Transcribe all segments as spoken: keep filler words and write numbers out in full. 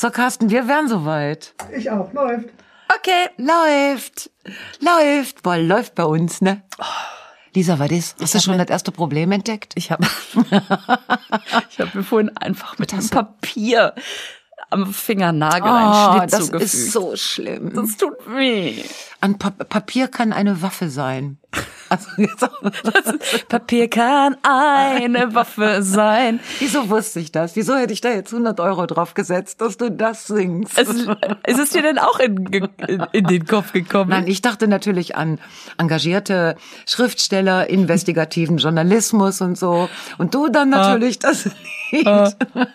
So, Carsten, wir wären soweit. Ich auch, läuft. Okay, läuft. Läuft. Boah, läuft bei uns, ne? Lisa, was ist? Hast du schon das erste Problem entdeckt? Ich habe ich hab mir vorhin einfach mit einem Papier am Fingernagel einen Oh, Schnitt das zugefügt. ist so schlimm. Das tut weh. An Pa- Papier kann eine Waffe sein. Also jetzt auch. Papier kann eine Waffe sein. Wieso wusste ich das? Wieso hätte ich da jetzt hundert Euro drauf gesetzt, dass du das singst? Es, ist es dir denn auch in, in, in den Kopf gekommen? Nein, ich dachte natürlich an engagierte Schriftsteller, investigativen Journalismus und so. Und du dann natürlich ah. das Lied. Ah.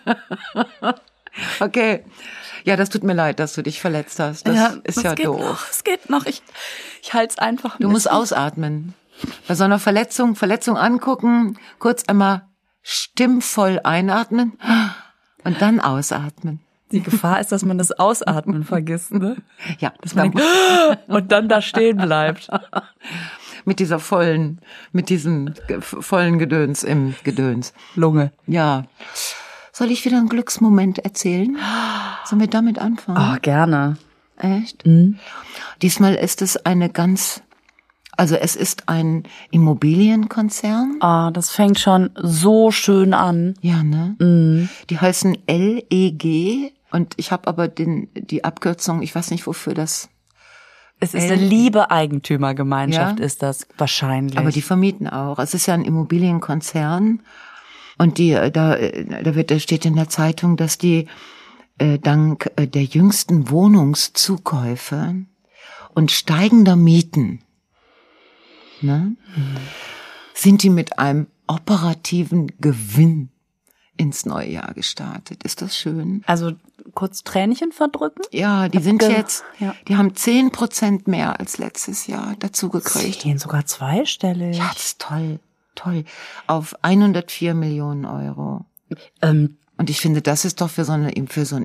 Okay. Ja, das tut mir leid, dass du dich verletzt hast. Das ja, ist das ja geht doof. Noch, es geht noch. Ich, ich halte es einfach ein Du musst ausatmen. Bei so einer Verletzung, Verletzung angucken, kurz einmal stimmvoll einatmen und dann ausatmen. Die Gefahr ist, dass man das Ausatmen vergisst, ne? Ja. Dass man denkt, und dann da stehen bleibt. Mit dieser vollen, mit diesem vollen Gedöns im Gedöns. Lunge. Ja. Soll ich wieder einen Glücksmoment erzählen? Sollen wir damit anfangen? Oh, gerne. Echt? Mhm. Diesmal ist es eine ganz, also es ist ein Immobilienkonzern. Ah, das fängt schon so schön an. Ja, ne? Mhm. Die heißen L E G und ich habe aber den die Abkürzung, ich weiß nicht, wofür das. Es ist L- eine liebe Eigentümergemeinschaft, Ja? ist das wahrscheinlich. Aber die vermieten auch. Es ist ja ein Immobilienkonzern und die da da wird da steht in der Zeitung, dass die äh, dank äh, der jüngsten Wohnungszukäufe und steigender Mieten, ne, mhm. sind die mit einem operativen Gewinn ins neue Jahr gestartet. Ist das schön? Also kurz Tränchen verdrücken? Ja, die sind Ge- jetzt, ja. die haben zehn Prozent mehr als letztes Jahr dazu gekriegt. Zehn, sogar zweistellig. Ja, das ist toll, toll. Auf hundertvier Millionen Euro. Ähm, Und ich finde, das ist doch für so eine, für so einen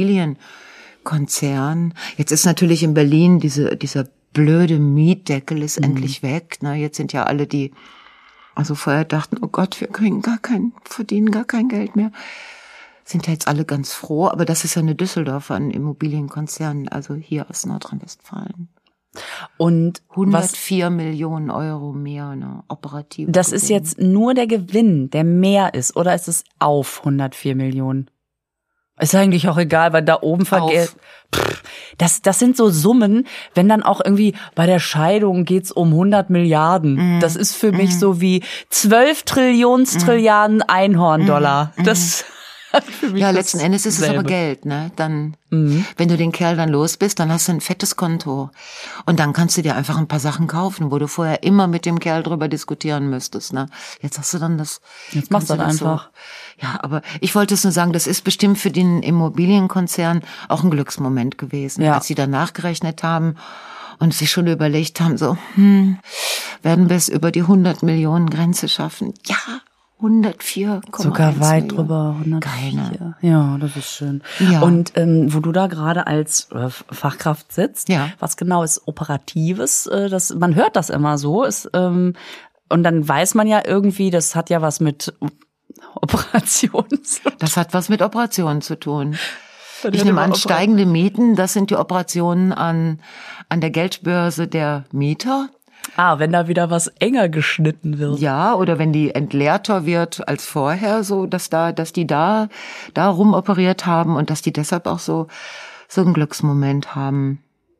Immobilienkonzern. Jetzt ist natürlich in Berlin diese, dieser blöde Mietdeckel ist mhm. endlich weg. Ne, jetzt sind ja alle die, also vorher dachten, oh Gott, wir kriegen gar kein, verdienen gar kein Geld mehr. Sind ja jetzt alle ganz froh. Aber das ist ja eine Düsseldorfer, ein Immobilienkonzern, also hier aus Nordrhein-Westfalen. Und hundertvier Millionen Euro mehr, ne, operativ. Das ist jetzt nur der Gewinn, der mehr ist, oder ist es auf hundertvier Millionen? Ist eigentlich auch egal, weil da oben vergeht. Das, das sind so Summen, wenn dann auch irgendwie bei der Scheidung geht's um hundert Milliarden. Mm. Das ist für mm. mich so wie zwölf Trillions mm. Trilliarden Einhorn-Dollar. Mm. Das ja, letzten Endes ist selbe. Es aber Geld, ne? Dann, mhm. wenn du den Kerl dann los bist, dann hast du ein fettes Konto. Und dann kannst du dir einfach ein paar Sachen kaufen, wo du vorher immer mit dem Kerl drüber diskutieren müsstest, ne? Jetzt hast du dann das. Jetzt machst du das einfach. So. Ja, aber ich wollte es nur sagen, das ist bestimmt für den Immobilienkonzern auch ein Glücksmoment gewesen, ja. als sie dann nachgerechnet haben und sich schon überlegt haben, so, hm, werden wir es über die hundert Millionen Grenze schaffen? Ja. hundertvier Komma eins Sogar weit Millionen. drüber, hundertvier. Ja, das ist schön. Ja. Und ähm, wo du da gerade als äh, Fachkraft sitzt, ja. was genau ist Operatives? Äh, das, man hört das immer so. Ist, ähm, und dann weiß man ja irgendwie, das hat ja was mit Operationen zu tun. Das hat was mit Operationen zu tun. Ich nehme an, steigende Mieten, das sind die Operationen an an der Geldbörse der Mieter. Ah, wenn da wieder was enger geschnitten wird. Ja, oder wenn die entleerter wird als vorher, so dass da, dass die da, da rumoperiert haben und dass die deshalb auch so, so einen Glücksmoment haben.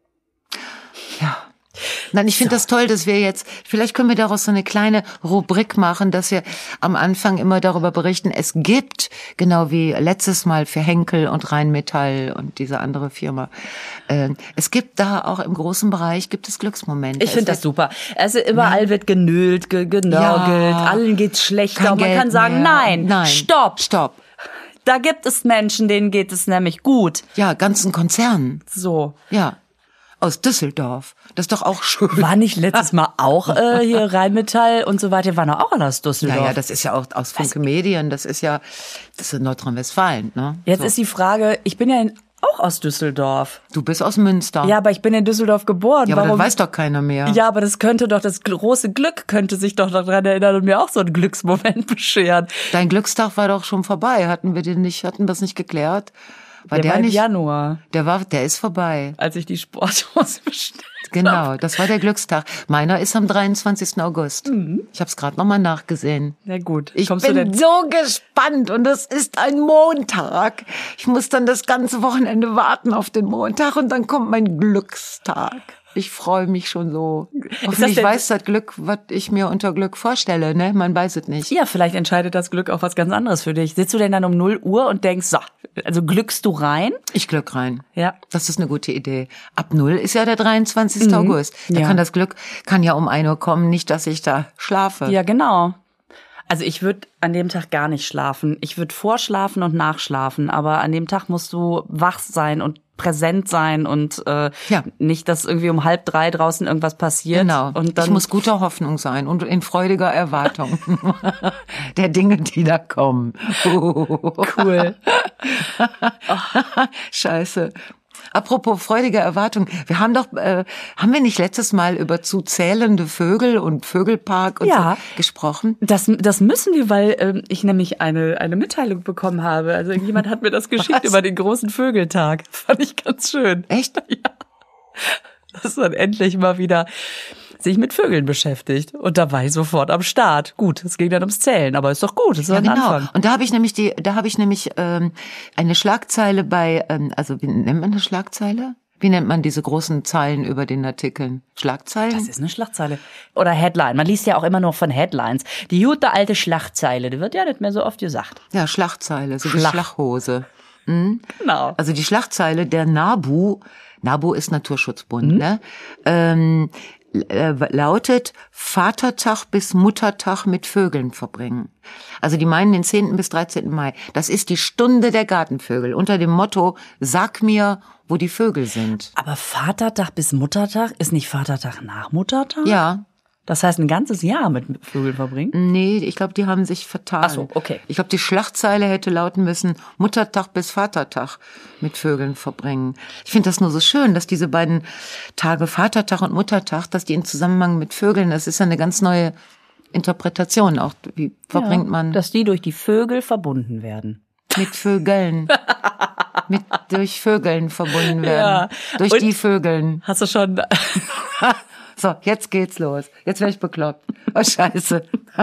Ja. Nein, ich finde so. Das toll, dass wir jetzt, vielleicht können wir daraus so eine kleine Rubrik machen, dass wir am Anfang immer darüber berichten, es gibt, genau wie letztes Mal für Henkel und Rheinmetall und diese andere Firma, äh, es gibt da auch im großen Bereich, gibt es Glücksmomente. Ich finde das super. Also überall ja. wird genölt, ge- genörgelt, ja. allen geht's schlechter. Und man Geld kann sagen, mehr. nein, nein, stopp, stopp. Da gibt es Menschen, denen geht es nämlich gut. Ja, ganzen Konzernen. So. Ja. Aus Düsseldorf. Das ist doch auch schön. War nicht letztes Mal auch äh, hier Rheinmetall und so weiter, waren auch alle aus Düsseldorf. Ja, ja, das ist ja auch aus Funke Medien, das ist ja, das ist Nordrhein-Westfalen, ne? Jetzt so. ist die Frage, ich bin ja in, auch aus Düsseldorf. Du bist aus Münster. Ja, aber ich bin in Düsseldorf geboren. Ja, aber Warum? das weiß doch keiner mehr. Ja, aber das könnte doch, das große Glück könnte sich doch daran erinnern und mir auch so einen Glücksmoment bescheren. Dein Glückstag war doch schon vorbei, hatten wir den nicht, hatten wir es nicht geklärt? War der, der war nicht? Im Januar. Der war, der ist vorbei. Als ich die Sporthose bestellt habe. Genau, das war der Glückstag. Meiner ist am dreiundzwanzigsten August. Mhm. Ich habe es gerade nochmal nachgesehen. Na gut. Ich Kommst bin du denn? so gespannt und es ist ein Montag. Ich muss dann das ganze Wochenende warten auf den Montag und dann kommt mein Glückstag. Ich freue mich schon so. Hoffentlich weiß das Glück, was ich mir unter Glück vorstelle, ne? Man weiß es nicht. Ja, vielleicht entscheidet das Glück auch was ganz anderes für dich. Sitzt du denn dann um null Uhr und denkst, so, also glückst du rein? Ich glück rein. Ja. Das ist eine gute Idee. Ab null ist ja der dreiundzwanzigste Mhm. August. Da Ja. kann das Glück, kann ja um ein Uhr kommen, nicht, dass ich da schlafe. Ja, genau. Also ich würde an dem Tag gar nicht schlafen. Ich würde vorschlafen und nachschlafen, aber an dem Tag musst du wach sein und präsent sein und äh, Ja. nicht, dass irgendwie um halb drei draußen irgendwas passiert. Genau. Und dann ich muss guter Hoffnung sein und in freudiger Erwartung der Dinge, die da kommen. cool. Scheiße. Apropos freudige Erwartung, wir haben doch, äh, haben wir nicht letztes Mal über zu zählende Vögel und Vögelpark und Ja. so gesprochen? Das, das müssen wir, weil ähm, ich nämlich eine eine Mitteilung bekommen habe. Also jemand hat mir das geschickt Was? über den großen Vögeltag. Fand ich ganz schön. Echt? Ja. Dass man endlich mal wieder sich mit Vögeln beschäftigt. Und da war ich sofort am Start. Gut, es ging dann ums Zählen, aber ist doch gut, ist doch Ja, ein genau. Anfang. Und da habe ich nämlich die, da habe ich nämlich ähm, eine Schlagzeile bei, ähm, also wie nennt man eine Schlagzeile? Wie nennt man diese großen Zeilen über den Artikeln? Schlagzeilen? Das ist eine Schlagzeile. Oder Headline. Man liest ja auch immer nur von Headlines. Die gute alte Schlagzeile, die wird ja nicht mehr so oft gesagt. Ja, Schlagzeile, so wie Schlag. Schlachhose. Mhm. Genau. Also die Schlagzeile der NABU, NABU ist Naturschutzbund, mhm. ne? Ähm, äh, lautet Vatertag bis Muttertag mit Vögeln verbringen. Also die meinen den zehnten bis dreizehnten Mai. Das ist die Stunde der Gartenvögel unter dem Motto, sag mir, wo die Vögel sind. Aber Vatertag bis Muttertag ist nicht Vatertag nach Muttertag? Ja. Das heißt, ein ganzes Jahr mit Vögeln verbringen? Nee, ich glaube, die haben sich vertan. Ach so, okay. Ich glaube, die Schlagzeile hätte lauten müssen, Muttertag bis Vatertag mit Vögeln verbringen. Ich finde das nur so schön, dass diese beiden Tage, Vatertag und Muttertag, dass die in Zusammenhang mit Vögeln, das ist ja eine ganz neue Interpretation auch. Wie verbringt Ja, man? dass die durch die Vögel verbunden werden. Mit Vögeln. mit durch Vögeln verbunden werden. Ja. Durch Und die Vögeln. Hast du schon... So, jetzt geht's los. Jetzt werde ich bekloppt. Oh, scheiße.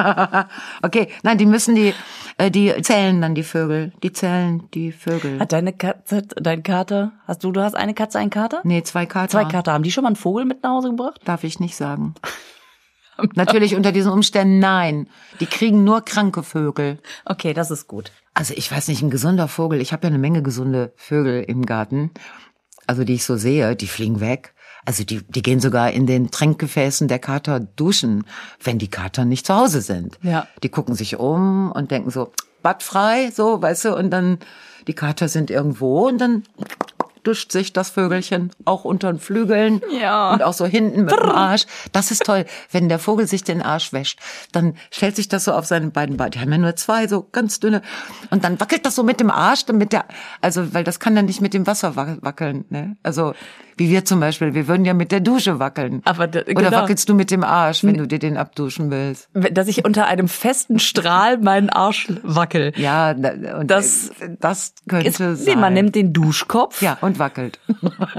Okay, nein, die müssen die, äh, die zählen dann die Vögel. Die zählen die Vögel. Hat deine Katze, dein Kater, hast du, du hast eine Katze, einen Kater? Nee, zwei Kater. Zwei Kater. Haben die schon mal einen Vogel mit nach Hause gebracht? Darf ich nicht sagen. Natürlich unter diesen Umständen nein. Die kriegen nur kranke Vögel. Okay, das ist gut. Also ich weiß nicht, ein gesunder Vogel. Ich habe ja eine Menge gesunde Vögel im Garten. Also die ich so sehe, die fliegen weg. Also die, die gehen sogar in den Tränkgefäßen der Kater duschen, wenn die Kater nicht zu Hause sind. Ja. Die gucken sich um und denken so, Bad frei, so, weißt du, und dann die Kater sind irgendwo und dann duscht sich das Vögelchen auch unter den Flügeln Ja. und auch so hinten mit dem Arsch. Das ist toll, wenn der Vogel sich den Arsch wäscht, dann stellt sich das so auf seine beiden Beine. Die haben ja nur zwei, so ganz dünne. Und dann wackelt das so mit dem Arsch, damit der, also, weil das kann dann nicht mit dem Wasser wackeln, ne? Also, wie wir zum Beispiel, wir würden ja mit der Dusche wackeln. Aber da, Oder genau. wackelst du mit dem Arsch, wenn du dir den abduschen willst? Dass ich unter einem festen Strahl meinen Arsch wackel. Ja, da- und Das das könnte Ist, sein. nee, man nimmt den Duschkopf. Ja, und wackelt. Hat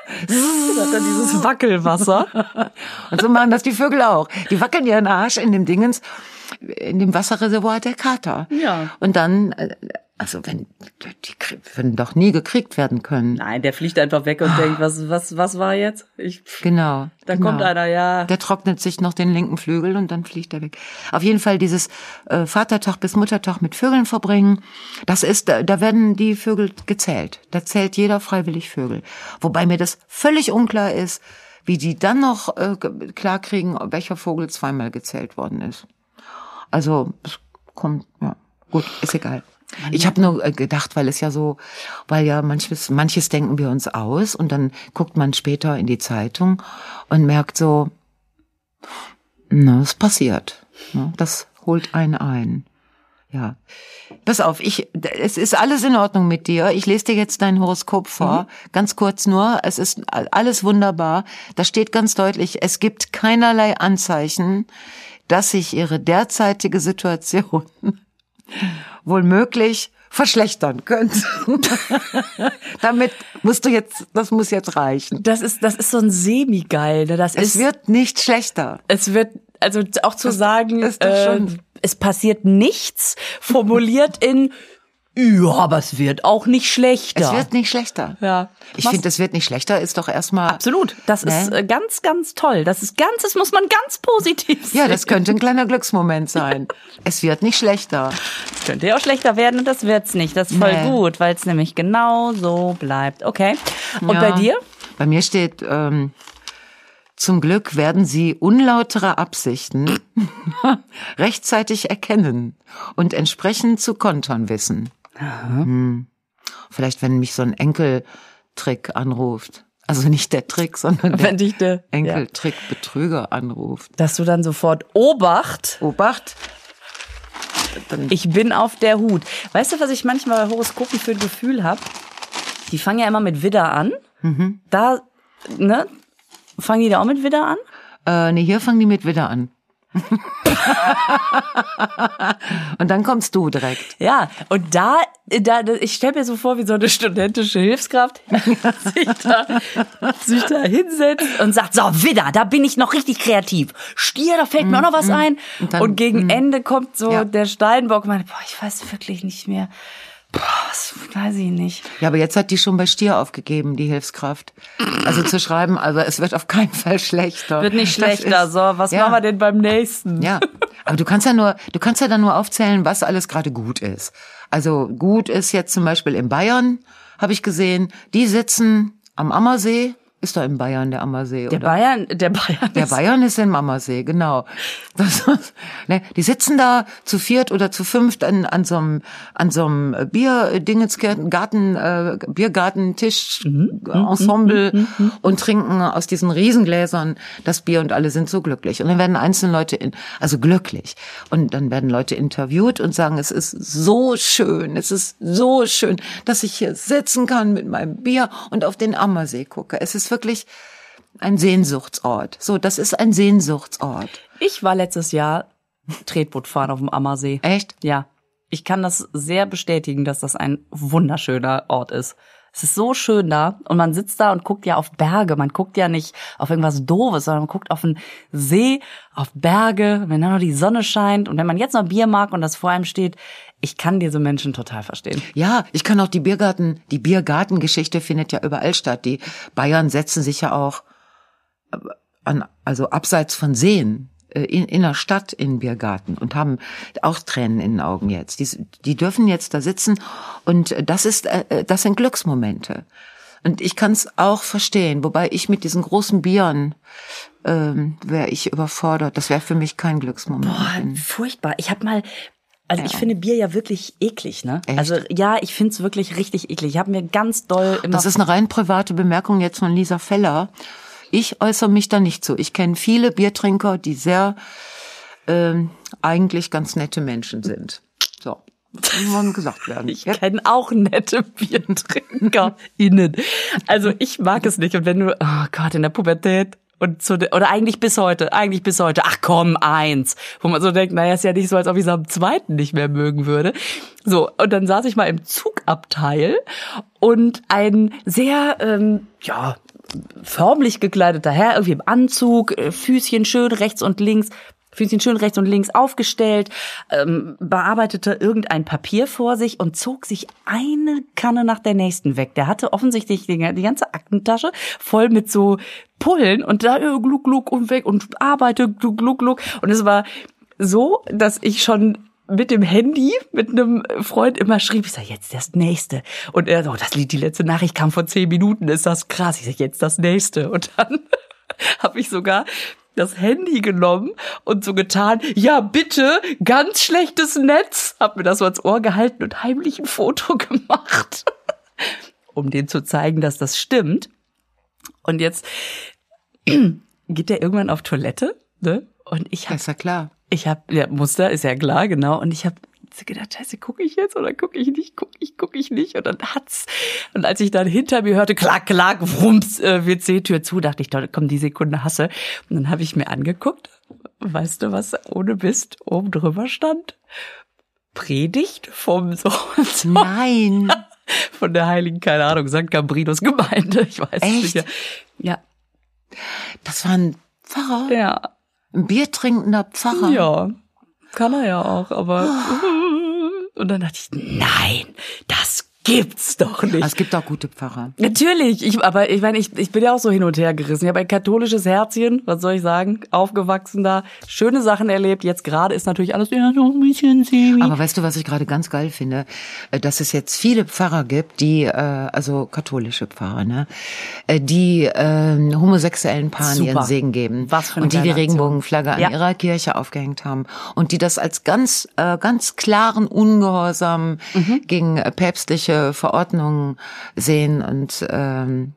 dann dieses Wackelwasser. Und so machen das die Vögel auch. Die wackeln ihren Arsch in dem Dingens, in dem Wasserreservoir der Kater. Ja. Und dann, äh, also wenn, die krie- würden doch nie gekriegt werden können. Nein, der fliegt einfach weg und denkt, was, was, was war jetzt? Ich, Genau. da genau. kommt einer, ja. Der trocknet sich noch den linken Flügel und dann fliegt er weg. Auf jeden Fall dieses äh, Vatertag bis Muttertag mit Vögeln verbringen, das ist, da, da werden die Vögel gezählt. Da zählt jeder freiwillig Vögel. Wobei mir das völlig unklar ist, wie die dann noch äh, ge- klarkriegen, welcher Vogel zweimal gezählt worden ist. Also, es kommt, ja, gut, ist egal. Ich habe nur äh, gedacht, weil es ja so, weil ja manches, manches denken wir uns aus und dann guckt man später in die Zeitung und merkt so, na, es passiert. Ne, das holt einen ein. Ja. Pass auf, ich, es ist alles in Ordnung mit dir. Ich lese dir jetzt dein Horoskop vor. Mhm. Ganz kurz nur. Es ist alles wunderbar. Da steht ganz deutlich, es gibt keinerlei Anzeichen, dass sich ihre derzeitige Situation wohl möglich verschlechtern könnte. Damit musst du jetzt, das muss jetzt reichen. Das ist, das ist so ein Semi-Geil. Ne? Das es ist, wird nicht schlechter. Es wird, also auch zu das sagen, ist doch schon äh, es passiert nichts, formuliert in ja, aber es wird auch nicht schlechter. Es wird nicht schlechter. Ja. Ich finde, es wird nicht schlechter, ist doch erstmal... Absolut. Das ne? ist äh, ganz, ganz toll. Das ist ganz, das muss man ganz positiv sehen. Ja, das könnte ein kleiner Glücksmoment sein. Es wird nicht schlechter. Es könnte ja auch schlechter werden und das wird's nicht. Das ist voll Nee. gut, weil es nämlich genau so bleibt. Okay. Und Ja. bei dir? Bei mir steht, ähm, zum Glück werden Sie unlautere Absichten rechtzeitig erkennen und entsprechend zu kontern wissen. Hm. Vielleicht, wenn mich so ein Enkeltrick anruft. Also nicht der Trick, sondern Wenn der dich der Enkeltrick-Betrüger anruft. Dass du dann sofort Obacht. Obacht. Dann Ich bin auf der Hut. Weißt du, was ich manchmal bei Horoskopen für ein Gefühl habe? Die fangen ja immer mit Widder an. Mhm. Da, ne? Fangen die da auch mit Widder an? Äh, nee, hier fangen die mit Widder an. Und dann kommst du direkt. Ja, und da, da ich stelle mir so vor, wie so eine studentische Hilfskraft sich da, sich da hinsetzt und sagt, so, Widder, da bin ich noch richtig kreativ. Stier, da fällt mir auch noch was ein. Und, dann, und gegen mm. Ende kommt so Ja. der Steinbock und meint, boah, ich weiß wirklich nicht mehr. Boah, das weiß ich nicht. Ja, aber jetzt hat die schon bei Stier aufgegeben, die Hilfskraft. Also zu schreiben, also es wird auf keinen Fall schlechter. Wird nicht Das schlechter. ist- So, was ja. machen wir denn beim nächsten? Ja, aber du kannst ja nur, du kannst ja dann nur aufzählen, was alles gerade gut ist. Also gut ist jetzt zum Beispiel in Bayern, habe ich gesehen, die sitzen am Ammersee. Ist doch in Bayern der Ammersee, Der oder? Bayern, der Bayern Der ist, Bayern ist im Ammersee, genau. Das, ne, die sitzen da zu viert oder zu fünft an, an so einem, an so einem Bierdingensgarten, Garten, äh, Biergartentisch, Ensemble und trinken aus diesen Riesengläsern das Bier und alle sind so glücklich. Und dann werden einzelne Leute, in, also glücklich. Und dann werden Leute interviewt und sagen, es ist so schön, es ist so schön, dass ich hier sitzen kann mit meinem Bier und auf den Ammersee gucke. Es ist wirklich ein Sehnsuchtsort. So, das ist ein Sehnsuchtsort. ich war letztes Jahr Tretboot fahren auf dem Ammersee. Echt? Ja. Ich kann das sehr bestätigen, dass das ein wunderschöner Ort ist. Es ist so schön da und man sitzt da und guckt ja auf Berge. Man guckt ja nicht auf irgendwas Doofes, sondern man guckt auf einen See, auf Berge, wenn dann noch die Sonne scheint. Und wenn man jetzt noch Bier mag und das vor einem steht, ich kann diese Menschen total verstehen. Ja, ich kann auch die Biergarten, die Biergartengeschichte findet ja überall statt. Die Bayern setzen sich ja auch an, also abseits von Seen, in, in der Stadt in Biergarten und haben auch Tränen in den Augen jetzt. Die, die dürfen jetzt da sitzen und das ist, das sind Glücksmomente. Und ich kann es auch verstehen, wobei ich mit diesen großen Bieren ähm, wäre ich überfordert. Das wäre für mich kein Glücksmoment. Boah, furchtbar. Ich habe mal, also Ja. ich finde Bier ja wirklich eklig, ne? Echt? Also ja, ich finde es wirklich richtig eklig. Ich habe mir ganz doll immer... Das ist eine rein private Bemerkung jetzt von Lisa Feller. Ich äußere mich da nicht zu. Ich kenne viele Biertrinker, die sehr ähm, eigentlich ganz nette Menschen sind. So, das muss mal gesagt werden. Ich kenne auch nette BiertrinkerInnen. Also ich mag es nicht. Und wenn du, oh Gott, in der Pubertät und zu, de- oder eigentlich bis heute, eigentlich bis heute, ach komm, eins. Wo man so denkt, naja, ist ja nicht so, als ob ich es am zweiten nicht mehr mögen würde. So, und dann saß ich mal im Zugabteil und ein sehr, ähm, ja, förmlich gekleideter Herr, irgendwie im Anzug, äh, Füßchen schön rechts und links, Füßchen schön rechts und links aufgestellt, ähm, bearbeitete irgendein Papier vor sich und zog sich eine Kanne nach der nächsten weg. Der hatte offensichtlich die, die ganze Aktentasche voll mit so Pullen und da äh, gluck, gluck und weg und arbeite, gluck, gluck, gluck. Und es war so, dass ich schon mit dem Handy, mit einem Freund immer schrieb, ich sag, jetzt das Nächste. Und er so, oh, das Lied, die letzte Nachricht kam vor zehn Minuten, ist das krass. Ich sag, jetzt das Nächste. Und dann habe ich sogar das Handy genommen und so getan, ja bitte, ganz schlechtes Netz. Hab mir das so ans Ohr gehalten und heimlich ein Foto gemacht, um denen zu zeigen, dass das stimmt. Und jetzt geht der irgendwann auf Toilette, ne? Und ich Ja, hab ist ja klar. Ich habe, ja, Muster ist ja klar, genau. Und ich habe gedacht, scheiße, gucke ich jetzt oder gucke ich nicht, gucke ich, gucke ich nicht. Und dann hat's. Und als ich dann hinter mir hörte, klack, klack, wumms, äh, W C-Tür zu, dachte ich, komm, die Sekunde hasse. Und dann habe ich mir angeguckt, weißt du, was ohne Mist oben drüber stand? Predigt vom so und so. Nein. Von der heiligen, keine Ahnung, Sankt Gambrinus Gemeinde. Ich weiß es nicht. Ja. Das war ein Pfarrer? Ja. Ein biertrinkender Pfarrer? Ja. Kann er ja auch, aber... Oh. Und dann dachte ich, nein, das gibt's doch nicht. Es gibt auch gute Pfarrer. Natürlich, ich, aber ich meine, ich, ich bin ja auch so hin und her gerissen. Ich habe ein katholisches Herzchen, was soll ich sagen, aufgewachsen da, schöne Sachen erlebt. Jetzt gerade ist natürlich alles ja, so ein bisschen semi. Aber weißt du, was ich gerade ganz geil finde? Dass es jetzt viele Pfarrer gibt, die, äh, also katholische Pfarrer, ne, die äh, homosexuellen Paaren Super. ihren Segen geben. Was für eine und die die geile Aktion. Regenbogenflagge an Ja. ihrer Kirche aufgehängt haben. Und die das als ganz, äh, ganz klaren Ungehorsam mhm. gegen äh, päpstliche Verordnungen sehen und ähm,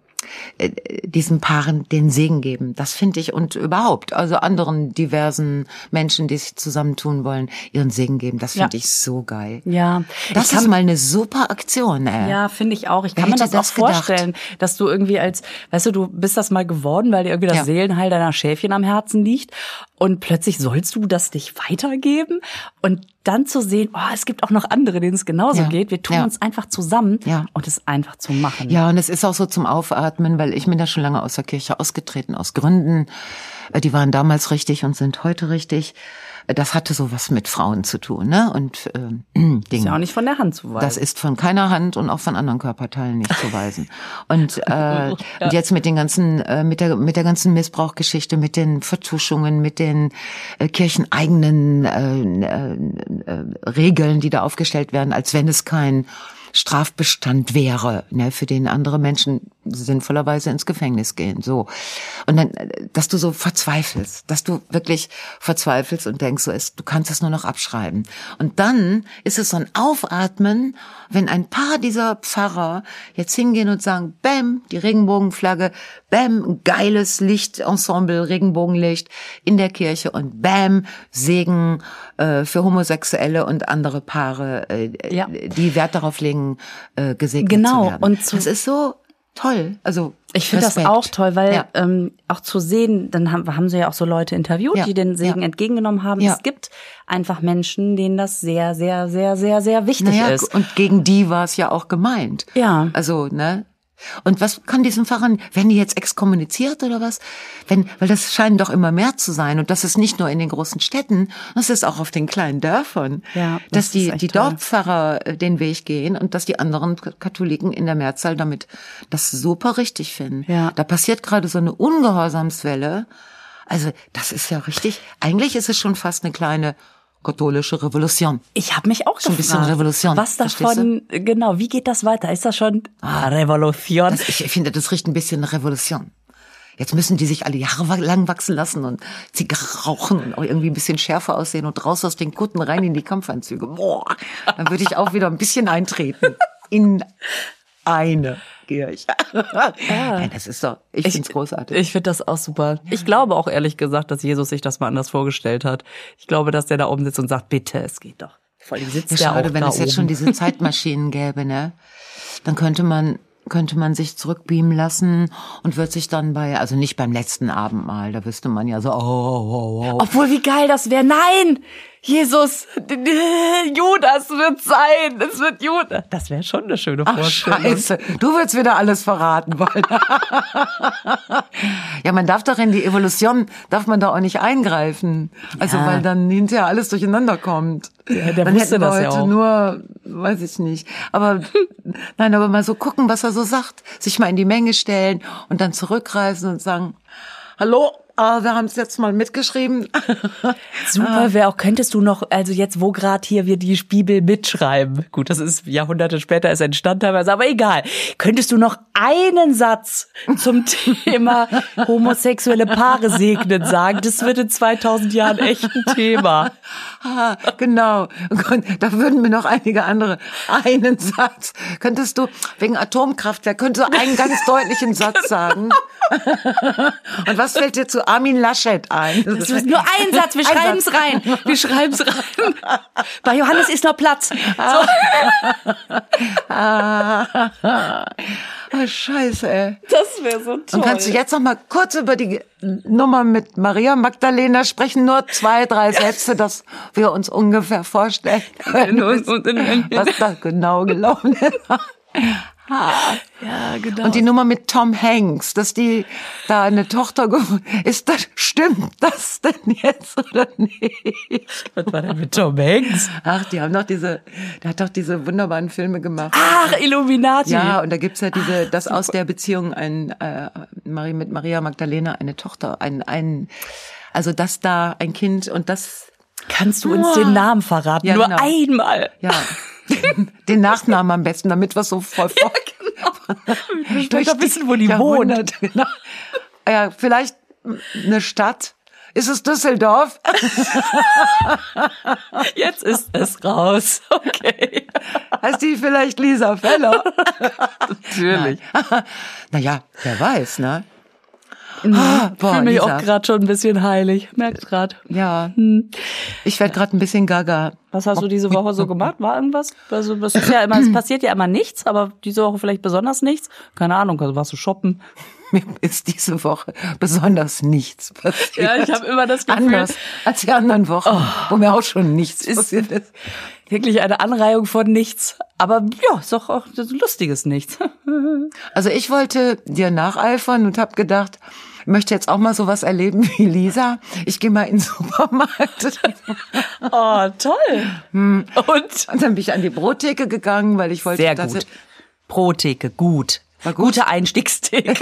diesen Paaren den Segen geben. Das finde ich, und überhaupt, also anderen diversen Menschen, die sich zusammentun wollen, ihren Segen geben. Das finde ja. ich so geil. Ja. Das kann, ist mal eine super Aktion, ey. Ja, finde ich auch. Ich Wer kann mir das, das auch vorstellen, gedacht? Dass du irgendwie als, weißt du, du bist das mal geworden, weil dir irgendwie das ja. Seelenheil deiner Schäfchen am Herzen liegt und plötzlich sollst du das nicht weitergeben und dann zu sehen, oh, es gibt auch noch andere, denen es genauso ja. geht. Wir tun ja. uns einfach zusammen ja. und es einfach zu machen. Ja, und es ist auch so zum Aufatmen, weil ich bin da schon lange aus der Kirche ausgetreten, aus Gründen. Die waren damals richtig und sind heute richtig. Das hatte sowas mit Frauen zu tun, ne? Und äh, Dinge. Ist ja auch nicht von der Hand zu weisen. Das ist von keiner Hand und auch von anderen Körperteilen nicht zu weisen. Und, äh, ja. und jetzt mit den ganzen, äh, mit der mit der ganzen Missbrauchgeschichte, mit den Vertuschungen, mit den äh, kircheneigenen äh, äh, Regeln, die da aufgestellt werden, als wenn es kein Strafbestand wäre, ne, für den andere Menschen sinnvollerweise ins Gefängnis gehen, so. Und dann, dass du so verzweifelst, dass du wirklich verzweifelst und denkst, so ist, du kannst es nur noch abschreiben. Und dann ist es so ein Aufatmen, wenn ein paar dieser Pfarrer jetzt hingehen und sagen, bäm, die Regenbogenflagge, bäm, ein geiles Lichtensemble, Regenbogenlicht in der Kirche und bäm, Segen äh, für Homosexuelle und andere Paare, äh, ja. die Wert darauf legen, äh, gesegnet genau. zu werden. Und zu das ist so toll. Also ich finde das auch toll, weil ja. ähm, auch zu sehen, dann haben, haben sie ja auch so Leute interviewt, ja. die den Segen ja. entgegengenommen haben. Ja. Es gibt einfach Menschen, denen das sehr, sehr, sehr, sehr, sehr wichtig naja, ist. Und gegen die war es ja auch gemeint. Ja. Also, ne? Und was kann diesen Pfarrern, werden die jetzt exkommuniziert oder was? Wenn, weil das scheinen doch immer mehr zu sein. Und das ist nicht nur in den großen Städten, das ist auch auf den kleinen Dörfern. Ja, das dass die, die toll. Dorfpfarrer den Weg gehen und dass die anderen Katholiken in der Mehrzahl damit das super richtig finden. Ja. Da passiert gerade so eine Ungehorsamswelle. Also, das ist ja richtig, eigentlich ist es schon fast eine kleine katholische Revolution. Ich habe mich auch schon gefragt, ein bisschen Revolution. was davon, genau, wie geht das weiter? Ist das schon ah, Revolution? Das, ich finde, das riecht ein bisschen nach Revolution. Jetzt müssen die sich alle Jahre lang wachsen lassen und Zigarre rauchen und auch irgendwie ein bisschen schärfer aussehen und raus aus den Kutten rein in die Kampfanzüge. Boah, dann würde ich auch wieder ein bisschen eintreten in eine Kirche. Ja. Nein, das ist doch, ich, ich finde es großartig. Ich finde das auch super. Ich glaube auch ehrlich gesagt, dass Jesus sich das mal anders vorgestellt hat. Ich glaube, dass der da oben sitzt und sagt, bitte, es geht doch. Vor allem sitzt ja, der schade, auch wenn da es jetzt oben. schon diese Zeitmaschinen gäbe, ne? Dann könnte man könnte man sich zurückbeamen lassen und wird sich dann bei, also nicht beim letzten Abendmahl, da wüsste man ja so, oh, oh, oh. Obwohl, wie geil das wäre. Nein! Jesus, Judas wird sein. Es wird Judas. Das wäre schon eine schöne Vorstellung. Ach, Scheiße, du willst wieder alles verraten wollen. Ja, man darf doch in die Evolution, darf man da auch nicht eingreifen. Also, ja. Weil dann hinterher alles durcheinander kommt. Ja, der dann wusste hätten wir das ja heute auch. Nur, weiß ich nicht. Aber, nein, aber mal so gucken, was er so sagt. Sich mal in die Menge stellen und dann zurückreisen und sagen, hallo, ah, wir haben es jetzt mal mitgeschrieben. Super, wäre auch, könntest du noch, also jetzt, wo gerade hier wir die Bibel mitschreiben, gut, das ist Jahrhunderte später ist entstanden teilweise, aber egal, könntest du noch einen Satz zum Thema homosexuelle Paare segnen sagen? Das wird in zweitausend Jahren echt ein Thema. Ah, genau. Und da würden mir noch einige andere einen Satz. Könntest du, wegen Atomkraftwerk, könntest du einen ganz deutlichen Satz sagen? Und was fällt dir zu Armin Laschet ein. Das, das ist nur ein Satz, wir schreiben es rein. Wir schreiben es rein. Bei Johannes ist noch Platz. So. ah, scheiße, ey. Das wäre so toll. Und kannst du jetzt noch mal kurz über die Nummer mit Maria Magdalena sprechen? Nur zwei, drei Sätze, dass wir uns ungefähr vorstellen können, was da genau gelaufen ist. Ja, genau. Und die Nummer mit Tom Hanks, dass die da eine Tochter gefunden ist, das, stimmt das denn jetzt oder nicht? Was war denn mit Tom Hanks? Ach, die haben doch diese, der hat doch diese wunderbaren Filme gemacht. Ach, Illuminati. Ja, und da gibt's ja diese, dass aus der Beziehung ein, äh, Marie, mit Maria Magdalena eine Tochter, ein, ein, also dass da ein Kind und das. Kannst du uns oh. den Namen verraten? Ja, nur genau. einmal. Ja. Den Nachnamen am besten, damit wir so voll vor. Ja, genau. Ich möchte wissen, wo die wohnt. Genau. Ja, vielleicht eine Stadt. Ist es Düsseldorf? Jetzt ist es raus. Okay. Heißt die vielleicht Lisa Feller? Natürlich. Naja, wer weiß, ne? Ah, boah, ich fühle mich Lisa. Auch gerade schon ein bisschen heilig. Merkst grad. Ja. Hm. Ich werde gerade ein bisschen gaga. Was hast du diese Woche so gemacht? War irgendwas? Also das ist ja immer, es passiert ja immer nichts, aber diese Woche vielleicht besonders nichts. Keine Ahnung, also warst du shoppen? Mir ist diese Woche besonders nichts passiert. Ja, ich habe immer das Gefühl, anders als die anderen Wochen, oh, wo mir auch schon nichts ist passiert ist. Wirklich eine Anreihung von nichts. Aber ja, ist doch auch ein lustiges Nichts. Also ich wollte dir nacheifern und habe gedacht, ich möchte jetzt auch mal sowas erleben wie Lisa. Ich gehe mal in den Supermarkt. Oh, toll. Hm. Und? Und dann bin ich an die Brottheke gegangen, weil ich wollte... Sehr gut. Brottheke, gut. War gut. Gute Einstiegstheke.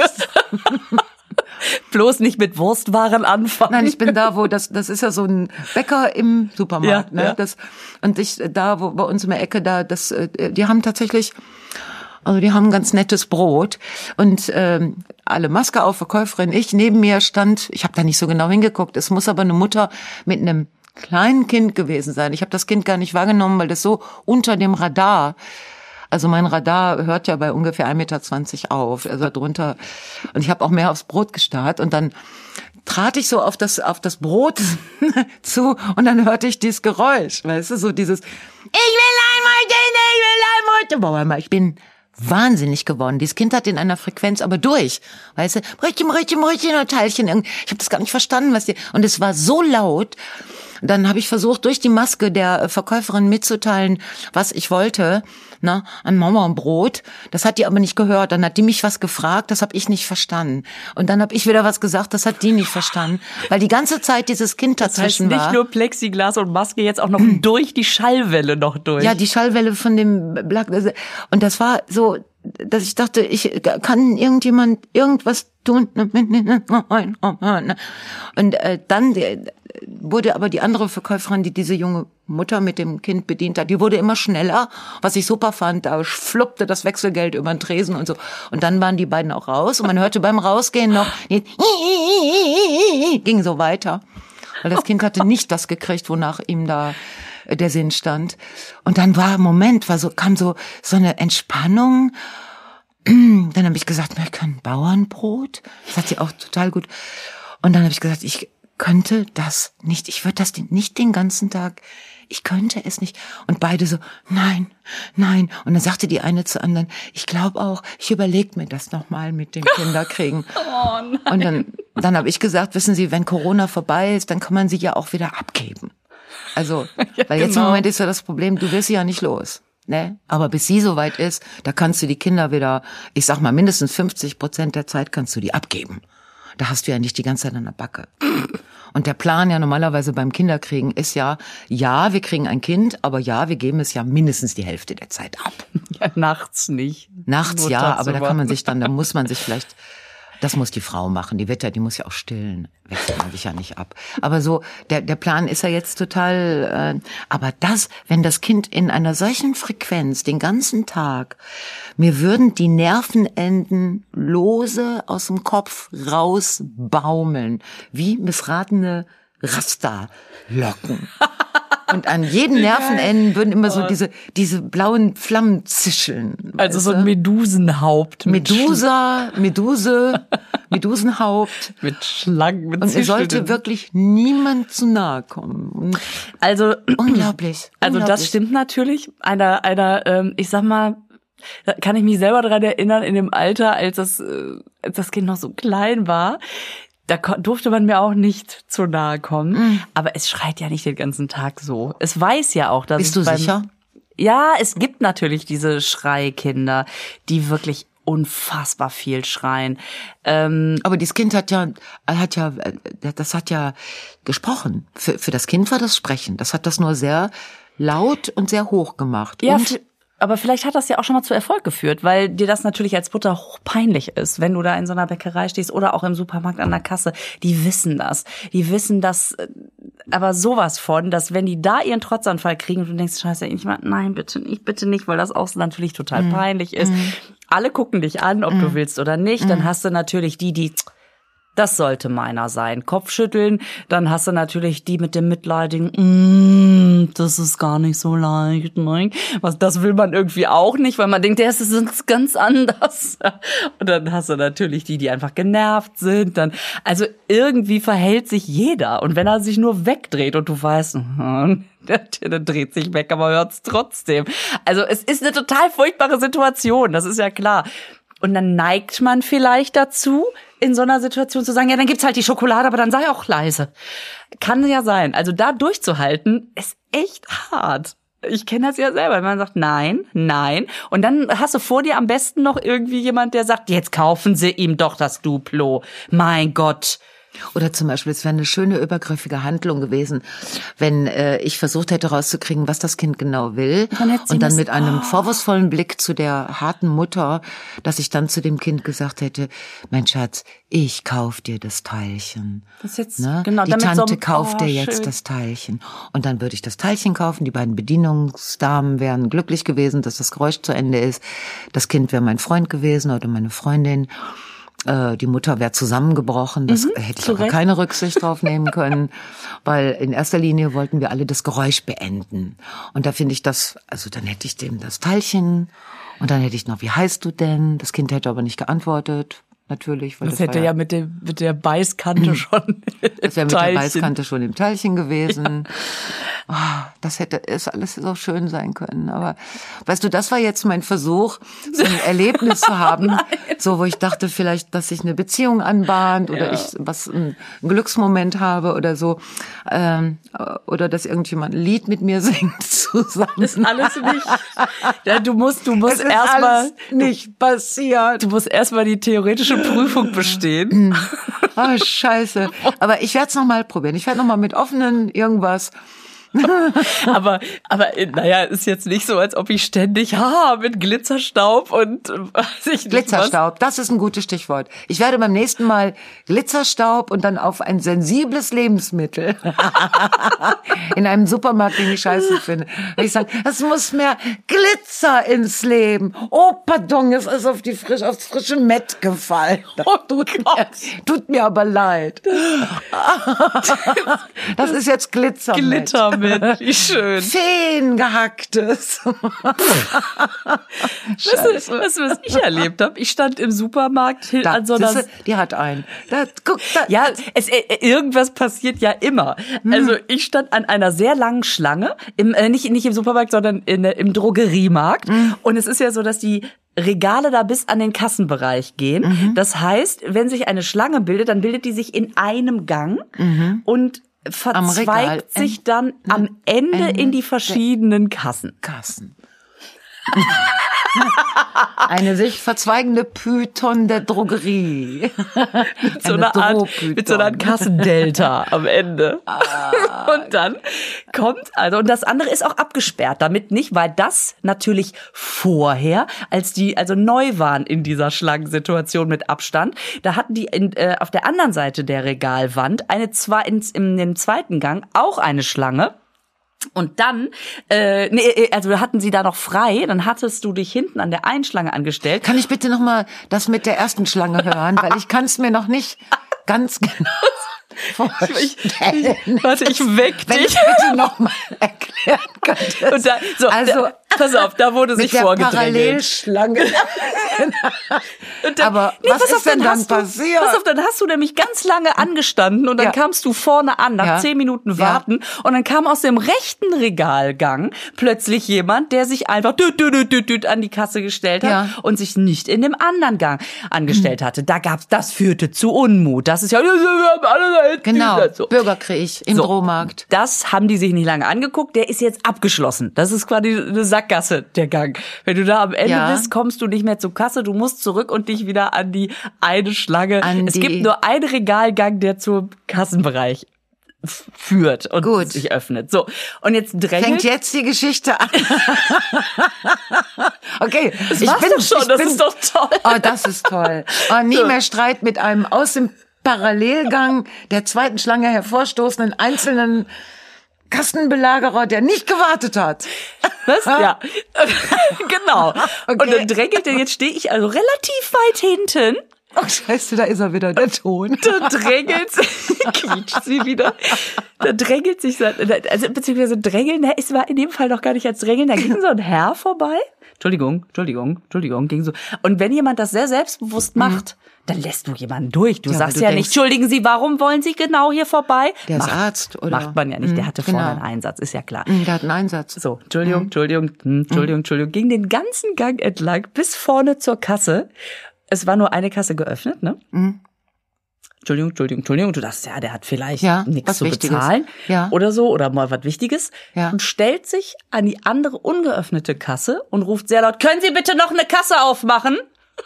Bloß nicht mit Wurstwaren anfangen. Nein, ich bin da, wo das, das ist ja so ein Bäcker im Supermarkt, ja, ne? Ja. Das, und ich, da, wo bei uns in der Ecke, da, das, die haben tatsächlich, also die haben ganz nettes Brot und ähm, alle Maske auf, Verkäuferin, ich, neben mir stand, ich habe da nicht so genau hingeguckt, es muss aber eine Mutter mit einem kleinen Kind gewesen sein. Ich habe das Kind gar nicht wahrgenommen, weil das so unter dem Radar. Also mein Radar hört ja bei ungefähr ein Meter zwanzig auf, also drunter. Und ich habe auch mehr aufs Brot gestarrt. Und dann trat ich so auf das auf das Brot zu und dann hörte ich dieses Geräusch, weißt du, so dieses Ich will ein Mäuschen, ich will ein Mäuschen. Boah, ich bin wahnsinnig geworden. Dieses Kind hat in einer Frequenz aber durch, weißt du, Brötchen, Brötchen, Brötchen oder Teilchen. Ich habe das gar nicht verstanden, was die. Und es war so laut. Dann habe ich versucht, durch die Maske der Verkäuferin mitzuteilen, was ich wollte, ne, an Mama und Brot. Das hat die aber nicht gehört. Dann hat die mich was gefragt, das habe ich nicht verstanden. Und dann habe ich wieder was gesagt, das hat die nicht verstanden, weil die ganze Zeit dieses Kind dazwischen war. Das heißt nicht nur Plexiglas und Maske, jetzt auch noch durch die Schallwelle noch durch. Ja, die Schallwelle von dem Black. Und das war so, dass ich dachte, ich kann irgendjemand irgendwas tun. Und äh, dann wurde aber die andere Verkäuferin, die diese junge Mutter mit dem Kind bedient hat, die wurde immer schneller, was ich super fand. Da fluppte das Wechselgeld über den Tresen und so. Und dann waren die beiden auch raus und man hörte beim Rausgehen noch, ging so weiter. Weil das Kind hatte nicht das gekriegt, wonach ihm da der Sinn stand. Und dann war, Moment, war so, kam so, so eine Entspannung. Dann habe ich gesagt, wir können Bauernbrot. Das hat sie auch total gut. Und dann habe ich gesagt, ich könnte das nicht. Ich würde das nicht den ganzen Tag. Ich könnte es nicht. Und beide so, nein, nein. Und dann sagte die eine zur anderen, ich glaube auch, ich überlege mir das nochmal mit dem Kinderkriegen. Oh nein. Und dann, dann habe ich gesagt, wissen Sie, wenn Corona vorbei ist, dann kann man sie ja auch wieder abgeben. Also, ja, weil jetzt genau. Im Moment ist ja das Problem, du wirst sie ja nicht los. Ne? Aber bis sie soweit ist, da kannst du die Kinder wieder, ich sag mal, mindestens fünfzig Prozent der Zeit kannst du die abgeben. Da hast du ja nicht die ganze Zeit an der Backe. Und der Plan ja normalerweise beim Kinderkriegen ist ja, ja, wir kriegen ein Kind, aber ja, wir geben es ja mindestens die Hälfte der Zeit ab. Ja, nachts nicht. Nachts Nur ja, aber da kann man sich dann, da muss man sich vielleicht, das muss die Frau machen, die wird ja, die muss ja auch stillen, wechselt man sich ja nicht ab. Aber so, der der Plan ist ja jetzt total, äh, aber das, wenn das Kind in einer solchen Frequenz den ganzen Tag, mir würden die Nervenenden lose aus dem Kopf rausbaumeln, wie missratene Rasterlocken. Und an jeden Nervenenden würden immer so diese diese blauen Flammen zischeln. Also so ein Medusenhaupt. Medusa, Meduse, Medusenhaupt. Mit Schlangen, mit Und mir sollte wirklich niemand zu nahe kommen. Und also unglaublich. Also unglaublich. das stimmt natürlich. Einer, einer, ähm, ich sag mal, da kann ich mich selber dran erinnern, in dem Alter, als das, äh, als das Kind noch so klein war. Da durfte man mir auch nicht zu nahe kommen. Mm. Aber es schreit ja nicht den ganzen Tag so. Es weiß ja auch, dass Bist du es beim, sicher? Ja, es gibt natürlich diese Schreikinder, die wirklich unfassbar viel schreien. Ähm, Aber dieses Kind hat ja, hat ja, das hat ja gesprochen. Für, für das Kind war das Sprechen. Das hat das nur sehr laut und sehr hoch gemacht. Ja, und aber vielleicht hat das ja auch schon mal zu Erfolg geführt, weil dir das natürlich als Mutter hochpeinlich ist, wenn du da in so einer Bäckerei stehst oder auch im Supermarkt an der Kasse. Die wissen das. Die wissen das aber sowas von, dass wenn die da ihren Trotzanfall kriegen und du denkst, scheiße, ich meine, nein, bitte nicht, bitte nicht, weil das auch natürlich total mm. peinlich ist. Mm. Alle gucken dich an, ob mm. du willst oder nicht. Dann hast du natürlich die, die... Das sollte meiner sein. Kopfschütteln, dann hast du natürlich die mit dem mitleidigen, mm, das ist gar nicht so leicht, ne? Was, das will man irgendwie auch nicht, weil man denkt, das ist ganz anders. Und dann hast du natürlich die, die einfach genervt sind. Dann, also irgendwie verhält sich jeder. Und wenn er sich nur wegdreht und du weißt, der, der dreht sich weg, aber hört's trotzdem. Also es ist eine total furchtbare Situation, das ist ja klar. Und dann neigt man vielleicht dazu, in so einer Situation zu sagen, ja, dann gibt's halt die Schokolade, aber dann sei auch leise. Kann ja sein. Also da durchzuhalten, ist echt hart. Ich kenne das ja selber. Man sagt nein, nein. Und dann hast du vor dir am besten noch irgendwie jemand, der sagt, jetzt kaufen Sie ihm doch das Duplo. Mein Gott. Oder zum Beispiel, es wäre eine schöne übergriffige Handlung gewesen, wenn äh, ich versucht hätte rauszukriegen, was das Kind genau will. Dann und dann mit einem oh. vorwurfsvollen Blick zu der harten Mutter, dass ich dann zu dem Kind gesagt hätte, mein Schatz, ich kauf dir das Teilchen. Das jetzt, ne? genau, die Tante so, kauft oh, dir jetzt schön. das Teilchen. Und dann würde ich das Teilchen kaufen, die beiden Bedienungsdamen wären glücklich gewesen, dass das Geräusch zu Ende ist. Das Kind wäre mein Freund gewesen oder meine Freundin. Die Mutter wäre zusammengebrochen, das mhm, hätte ich aber keine Rücksicht drauf nehmen können, weil in erster Linie wollten wir alle das Geräusch beenden. Und da finde ich das, also dann hätte ich dem das Teilchen und dann hätte ich noch, wie heißt du denn? Das Kind hätte aber nicht geantwortet, natürlich. Weil das, das hätte ja, ja mit, dem, mit der Beißkante schon Das wäre mit der Beißkante schon im Teilchen gewesen. Ja. Oh, das hätte es alles so schön sein können. Aber weißt du, das war jetzt mein Versuch, so ein Erlebnis zu haben, so wo ich dachte vielleicht, dass sich eine Beziehung anbahnt oder ja. ich was ein Glücksmoment habe oder so, ähm, oder dass irgendjemand ein Lied mit mir singt zusammen. Das ist alles nicht. Ja, du musst, du musst erstmal nicht passiert. Du musst erstmal die theoretische Prüfung bestehen. Oh, scheiße. Aber ich werde es noch mal probieren. Ich werde noch mal mit offenen irgendwas. aber, aber, naja, ist jetzt nicht so, als ob ich ständig, ha, mit Glitzerstaub und, weiß ich nicht Glitzerstaub, was. Das ist ein gutes Stichwort. Ich werde beim nächsten Mal Glitzerstaub und dann auf ein sensibles Lebensmittel in einem Supermarkt, den ich scheiße finde. Weil ich sage, es muss mehr Glitzer ins Leben. Oh, pardon, es ist auf die frisch, aufs frische Mett gefallen. Oh, tut, mir, tut mir aber leid. Das ist jetzt Glitzermett. Glittermett. Wie schön. Feengehacktes. Weißt du, was, was ich erlebt habe? Ich stand im Supermarkt da, an so einer... Siehste, die hat einen. Da, guck, da. Ja, es, äh, irgendwas passiert ja immer. Hm. Also ich stand an einer sehr langen Schlange, im, äh, nicht, nicht im Supermarkt, sondern in, im Drogeriemarkt. Hm. Und es ist ja so, dass die Regale da bis an den Kassenbereich gehen. Mhm. Das heißt, wenn sich eine Schlange bildet, dann bildet die sich in einem Gang mhm. und verzweigt sich dann Ende, am Ende, Ende in die verschiedenen Kassen. Kassen. Eine sich verzweigende Python der Drogerie. Mit so einer Art, mit so einer Art Kassendelta am Ende. Ah. Und dann kommt, also, und das andere ist auch abgesperrt, damit nicht, weil das natürlich vorher, als die also neu waren in dieser Schlangensituation mit Abstand, da hatten die in, äh, auf der anderen Seite der Regalwand eine zwar in, in dem zweiten Gang auch eine Schlange. Und dann, äh, nee, also hatten sie da noch frei, dann hattest du dich hinten an der einen Schlange angestellt. Kann ich bitte noch mal das mit der ersten Schlange hören, weil ich kann es mir noch nicht ganz genau vorstellen. Ich, ich, warte, ich weck dich. Wenn ich bitte noch mal erklären könnte. Und da, so, also, Pass auf, da wurde sich mit der vorgedrängelt. Parallelschlange. Und dann, Aber nee, was pass ist auf, denn dann hast du, passiert? Pass auf, dann hast du nämlich ganz lange angestanden und dann Ja. kamst du vorne an, nach Ja. zehn Minuten Ja. warten und dann kam aus dem rechten Regalgang plötzlich jemand, der sich einfach düt, düt, düt, düt, düt an die Kasse gestellt hat Ja. und sich nicht in dem anderen Gang angestellt Mhm. hatte. Da gab's, das führte zu Unmut. Das ist ja, wir haben alle da hinten. Genau, So. Bürgerkrieg im So. Drohmarkt. Das haben die sich nicht lange angeguckt. Der ist jetzt abgeschlossen. Das ist quasi eine Sackgasse, der Gang. Wenn du da am Ende Ja. bist, kommst du nicht mehr zur Kasse. Du musst zurück und dich wieder an die eine Schlange. An es die- gibt nur einen Regalgang, der zum Kassenbereich f- führt und Gut. sich öffnet. So. Und jetzt drängelt. Fängt jetzt die Geschichte an. Okay, das ich war's bin doch schon. ich Das bin, ist doch toll. Oh, das ist toll. Oh, nie So. mehr Streit mit einem aus dem Parallelgang der zweiten Schlange hervorstoßenden einzelnen Kassenbelagerer, der nicht gewartet hat. Was? Ja. Genau. Okay. Und dann drängelt er, jetzt stehe ich also relativ weit hinten. Oh, scheiße, da ist er wieder, der Ton. Da drängelt sich, quietscht sie wieder. Da drängelt sich, so- also beziehungsweise drängeln, na, es war in dem Fall doch gar nicht als drängeln, da ging so ein Herr vorbei. Entschuldigung, Entschuldigung, Entschuldigung, ging so. Und wenn jemand das sehr selbstbewusst macht, dann lässt du jemanden durch. Du Ja, sagst weil du ja denkst- nicht, entschuldigen Sie, warum wollen Sie genau hier vorbei? Der ist Macht- Arzt, oder? Macht man ja nicht, der hatte Genau. vorne einen Einsatz, ist ja klar. Der hat einen Einsatz. So, Entschuldigung, Entschuldigung, hm, Entschuldigung, Entschuldigung. Ging den ganzen Gang entlang bis vorne zur Kasse. Es war nur eine Kasse geöffnet, ne? Mhm. Entschuldigung, Entschuldigung, Entschuldigung. Du dachtest, ja, der hat vielleicht Ja, nichts was zu Wichtiges. bezahlen Ja. oder so oder mal was Wichtiges Ja. und stellt sich an die andere ungeöffnete Kasse und ruft sehr laut, können Sie bitte noch eine Kasse aufmachen?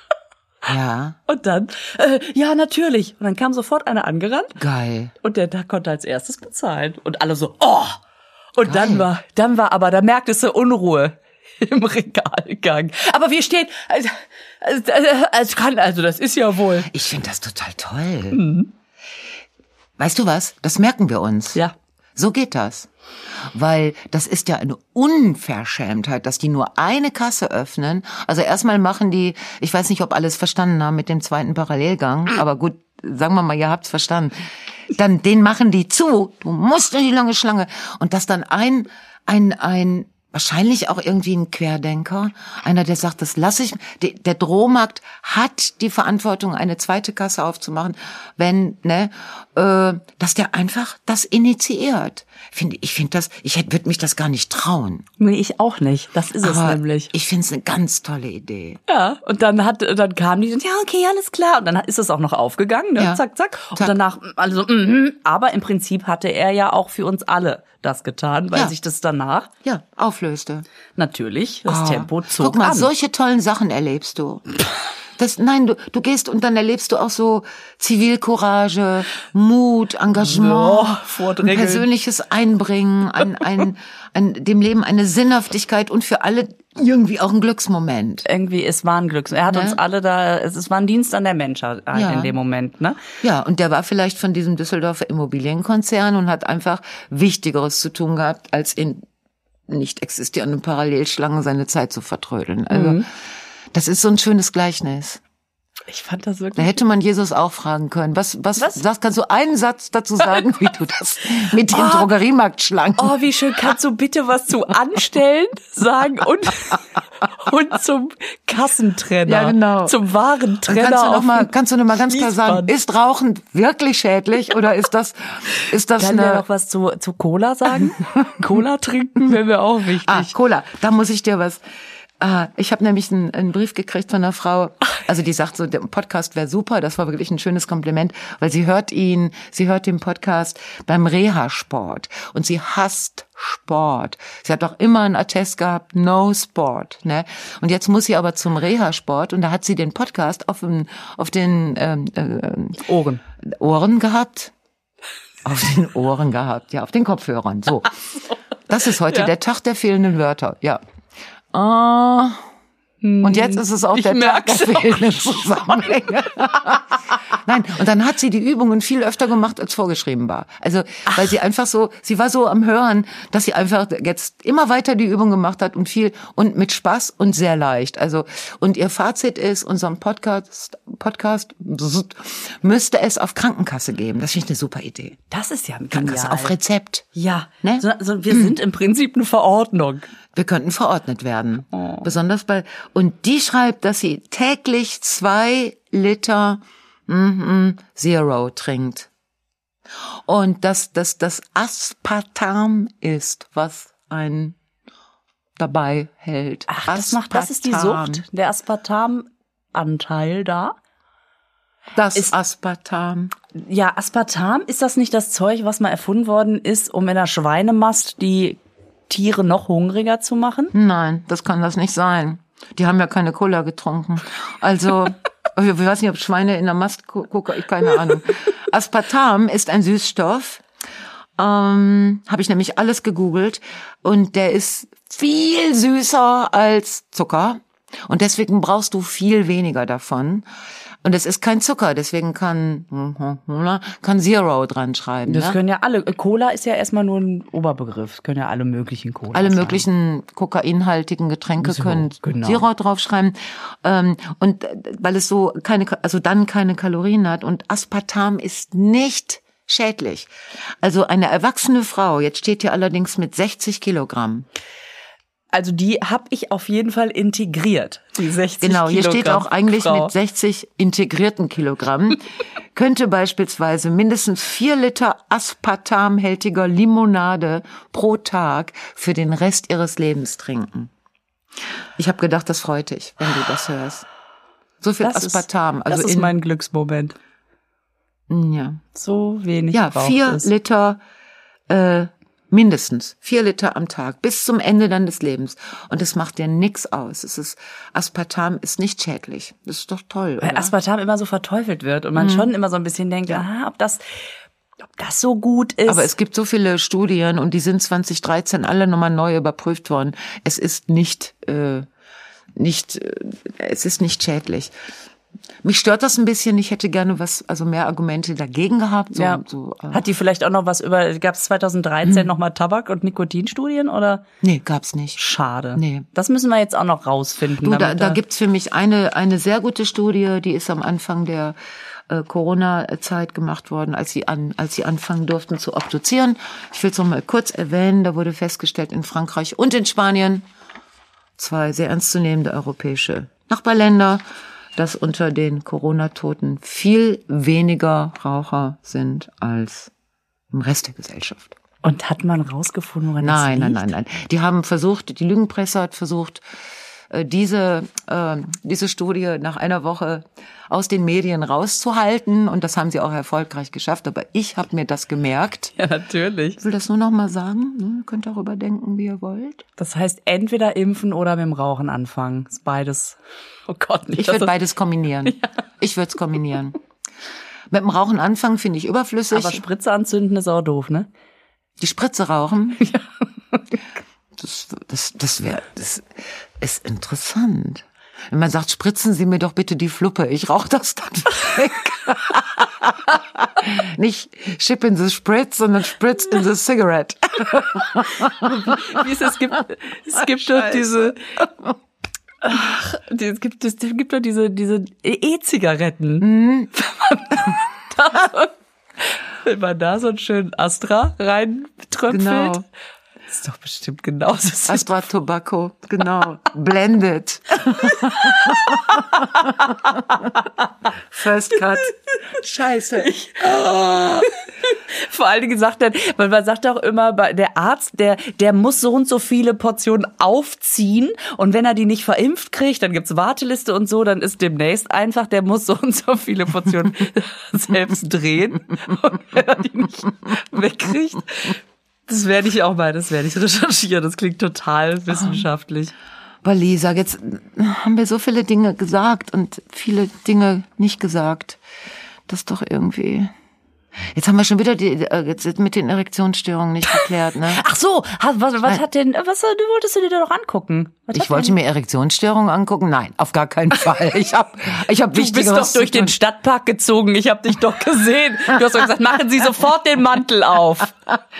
Ja, Und dann, äh, ja, natürlich. Und dann kam sofort einer angerannt geil. und der da konnte als erstes bezahlen. Und alle so, oh! Und Geil. dann war, dann war aber, da merktest du Unruhe im Regalgang. Aber wir stehen, also, also, also, kann, also das ist ja wohl. Ich finde das total toll. Weißt du was? Das merken wir uns. Ja. So geht das. Weil das ist ja eine Unverschämtheit, dass die nur eine Kasse öffnen. Also erstmal machen die, ich weiß nicht, ob alles verstanden haben mit dem zweiten Parallelgang, aber gut, sagen wir mal, ihr habt's verstanden. Dann, den machen die zu. Du musst in die lange Schlange. Und dass dann ein, ein, ein, wahrscheinlich auch irgendwie ein Querdenker, einer, der sagt, das lasse ich, der, der Drohmarkt hat die Verantwortung, eine zweite Kasse aufzumachen, wenn, ne, äh, dass der einfach das initiiert. Finde, ich finde das, ich hätte, würde mich das gar nicht trauen. Nee, ich auch nicht. Das ist es Aber nämlich. ich finde es eine ganz tolle Idee. Ja, und dann hat, dann kamen die, und ja, okay, alles klar. Und dann ist es auch noch aufgegangen, ne? Ja. Zack, zack. Und Zack. danach, also, mhm. Aber im Prinzip hatte er ja auch für uns alle das getan, weil Ja. sich das danach Ja, auflöste. natürlich das Ah, Tempo zog Guck mal, an. solche tollen Sachen erlebst du. Das, nein, du, du gehst und dann erlebst du auch so Zivilcourage, Mut, Engagement, Ja, ein vordrängeln. persönliches Einbringen, ein, ein, ein, dem Leben eine Sinnhaftigkeit und für alle irgendwie auch ein Glücksmoment. Irgendwie, es war ein Glück. Er hat Ne? uns alle da, es, es war ein Dienst an der Menschheit Ja. in dem Moment, ne? Ja, und der war vielleicht von diesem Düsseldorfer Immobilienkonzern und hat einfach Wichtigeres zu tun gehabt, als in nicht existierenden Parallelschlangen seine Zeit zu vertrödeln. Also, Mhm. das ist so ein schönes Gleichnis. Ich fand das Da wirklich. hätte man Jesus auch fragen können. Was, was, Was? Sagst, kannst du einen Satz dazu sagen, wie du das mit den Oh. Drogeriemarktschlangen? Oh, wie schön. Kannst du bitte was zu Anstellen sagen und, und zum Kassentrenner. Ja, genau. Zum Und Warentrenner. kannst du noch auf mal, dem kannst du noch mal ganz klar sagen, Fließband. ist Rauchen wirklich schädlich oder ist das, ist das Kann der eine, noch was zu, zu Cola sagen? Cola trinken wäre mir auch wichtig. ah, Cola, da muss ich dir was, ah, ich habe nämlich einen, einen Brief gekriegt von einer Frau, also die sagt so, der Podcast wäre super, das war wirklich ein schönes Kompliment, weil sie hört ihn, sie hört den Podcast beim Reha-Sport und sie hasst Sport. Sie hat auch immer einen Attest gehabt, no Sport, ne? Und jetzt muss sie aber zum Reha-Sport und da hat sie den Podcast auf den, auf den ähm, äh, Ohren. Ohren gehabt. Auf den Ohren gehabt, ja, auf den Kopfhörern, so. Das ist heute Ja. der Tag der fehlenden Wörter, ja. Ah, und jetzt ist es auch Ich der Tag der merk's. fehlenden Zusammenhänge. Nein, und dann hat sie die Übungen viel öfter gemacht, als vorgeschrieben war. Also, weil Ach. sie einfach so, sie war so am Hören, dass sie einfach jetzt immer weiter die Übung gemacht hat und viel und mit Spaß und sehr leicht. Also, und ihr Fazit ist, unseren Podcast, Podcast müsste es auf Krankenkasse geben. Das finde ich eine super Idee. Das ist ja Krankenkasse auf Rezept. Ja, ne? so, so, wir sind im Prinzip eine Verordnung. Wir könnten verordnet werden. Oh. Besonders bei, und die schreibt, dass sie täglich zwei Liter mm, Zero trinkt. Und dass das das Aspartam ist, was einen dabei hält. Ach, das macht, das ist die Sucht, der Aspartam-Anteil da. Das ist, Aspartam. Ja, Aspartam, ist das nicht das Zeug, was mal erfunden worden ist, um in der Schweinemast die Tiere noch hungriger zu machen? Nein, das kann das nicht sein. Die haben ja keine Cola getrunken. Also, ich weiß nicht, ob Schweine in der Mast gucken, ich keine Ahnung. Aspartam ist ein Süßstoff. Ähm, habe ich nämlich alles gegoogelt. Und der ist viel süßer als Zucker. Und deswegen brauchst du viel weniger davon. Und es ist kein Zucker, deswegen kann kann Zero dran schreiben. Das ne? können ja alle. Cola ist ja erstmal nur ein Oberbegriff. Das können ja alle möglichen Cola. Alle sein. möglichen kokainhaltigen Getränke so, können genau. Zero draufschreiben. Und weil es so keine, also dann keine Kalorien hat. Und Aspartam ist nicht schädlich. Also eine erwachsene Frau, jetzt steht hier allerdings mit sechzig Kilogramm. Also die habe ich auf jeden Fall integriert, die sechzig Genau, hier Kilogramm steht auch eigentlich Frau. mit sechzig integrierten Kilogramm, könnte beispielsweise mindestens vier Liter aspartamhaltiger Limonade pro Tag für den Rest ihres Lebens trinken. Ich habe gedacht, das freut dich, wenn du das hörst. So viel das Aspartam. Ist, also das ist in, mein Glücksmoment. Ja. So wenig Ja, braucht vier es. Liter äh, mindestens vier Liter am Tag, bis zum Ende dann des Lebens. Und es macht dir nix aus. Es ist, Aspartam ist nicht schädlich. Das ist doch toll, Weil oder? Aspartam immer so verteufelt wird und man mhm. schon immer so ein bisschen denkt, ja. ah, ob das, ob das so gut ist. Aber es gibt so viele Studien und die sind zwanzig dreizehn alle nochmal neu überprüft worden. Es ist nicht, äh, nicht, äh, es ist nicht schädlich. Mich stört das ein bisschen. Ich hätte gerne was, also mehr Argumente dagegen gehabt. So, ja. so, äh. Hat die vielleicht auch noch was über, gab es zwanzig dreizehn hm. nochmal Tabak- und Nikotinstudien, oder? Nee, gab's nicht. Schade. Nee. Das müssen wir jetzt auch noch rausfinden. Du, da, da gibt's für mich eine, eine sehr gute Studie, die ist am Anfang der äh, Corona-Zeit gemacht worden, als sie an, als sie anfangen durften zu obduzieren. Ich will es noch mal kurz erwähnen. Da wurde festgestellt in Frankreich und in Spanien, zwei sehr ernstzunehmende europäische Nachbarländer, dass unter den Corona-Toten viel weniger Raucher sind als im Rest der Gesellschaft. Und hat man rausgefunden, woran das liegt? Nein, nein, nein, nein. Die haben versucht, die Lügenpresse hat versucht, diese äh, diese Studie nach einer Woche aus den Medien rauszuhalten. Und das haben sie auch erfolgreich geschafft. Aber ich habe mir das gemerkt. Ja, natürlich. Ich will das nur noch mal sagen. Ihr könnt darüber denken, wie ihr wollt. Das heißt, entweder impfen oder mit dem Rauchen anfangen. Das ist beides. Oh Gott, nicht. Ich würde beides kombinieren. Ja. Ich würde es kombinieren. Mit dem Rauchen anfangen finde ich überflüssig. Aber Spritze anzünden ist auch doof, ne? Die Spritze rauchen? Ja. Das, das, das wäre, das ist interessant. Wenn man sagt, spritzen Sie mir doch bitte die Fluppe, ich rauche das dann weg. Nicht ship in the spritz, sondern spritz in the cigarette. Wie es, es gibt, es gibt doch diese, ach, es gibt, es gibt doch diese, diese E-Zigaretten. Mhm. Wenn man da so, wenn man da so einen schönen Astra reintröpfelt. Genau. Das ist doch bestimmt genauso. Astra Tobacco, genau. Blended. First Cut. Scheiße. Ich, oh. Vor allen Dingen sagt er, weil man sagt auch immer, der Arzt, der, der muss so und so viele Portionen aufziehen und wenn er die nicht verimpft kriegt, dann gibt's Warteliste und so, dann ist demnächst einfach, der muss so und so viele Portionen selbst drehen und wenn er die nicht wegkriegt. Das werde ich auch mal, das werde ich recherchieren. Das klingt total wissenschaftlich. Aber Lisa, jetzt haben wir so viele Dinge gesagt und viele Dinge nicht gesagt. Das ist doch irgendwie... Jetzt haben wir schon wieder die, jetzt mit den Erektionsstörungen nicht geklärt, ne? Ach so, was, was hat denn, was du wolltest du dir da doch angucken? Was ich wollte denn? mir Erektionsstörungen angucken? Nein, auf gar keinen Fall. Ich habe, ich habe wichtigeres. Du bist doch durch den Stadtpark gezogen. Ich habe dich doch gesehen. Du hast doch gesagt, machen Sie sofort den Mantel auf.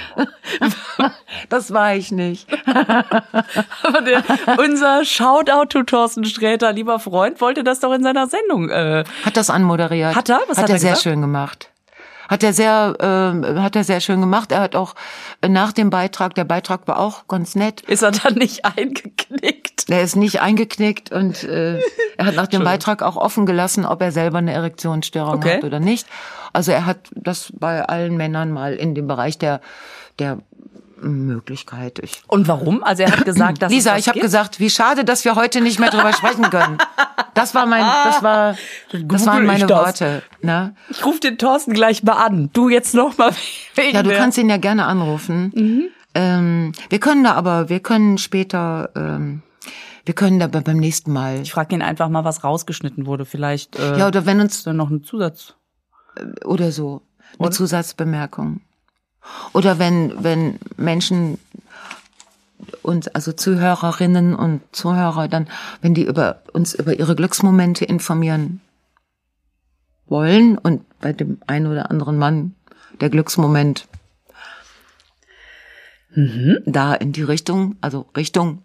Das war ich nicht. Aber der, unser Shoutout to Thorsten Sträter, lieber Freund, wollte das doch in seiner Sendung. Äh, hat das anmoderiert? Hat er? Was hat, hat er, er sehr gesagt? schön gemacht. Hat er sehr, äh, hat er sehr schön gemacht. Er hat auch nach dem Beitrag, der Beitrag war auch ganz nett. Ist er dann nicht eingeknickt? Er ist nicht eingeknickt und äh, er hat nach dem Beitrag auch offen gelassen, ob er selber eine Erektionsstörung okay. hat oder nicht. Also er hat das bei allen Männern mal in dem Bereich der der Möglichkeit. Ich und warum? Also er hat gesagt, dass Lisa, es das ich habe gibt? gesagt, wie schade, dass wir heute nicht mehr drüber sprechen können. Das war mein, das war, das waren meine das. Worte. Ne? Ich rufe den Thorsten gleich mal an. Du jetzt noch mal wegen Ja, du der. kannst ihn ja gerne anrufen. Mhm. Ähm, wir können da aber, wir können später, ähm, wir können da beim nächsten Mal. Ich frage ihn einfach mal, was rausgeschnitten wurde. Vielleicht. Äh, ja, oder wenn uns dann noch ein Zusatz oder so eine oder? Zusatzbemerkung. Oder wenn wenn Menschen uns, also Zuhörerinnen und Zuhörer, dann, wenn die über uns über ihre Glücksmomente informieren wollen und bei dem einen oder anderen Mann der Glücksmoment mhm. da in die Richtung, also Richtung,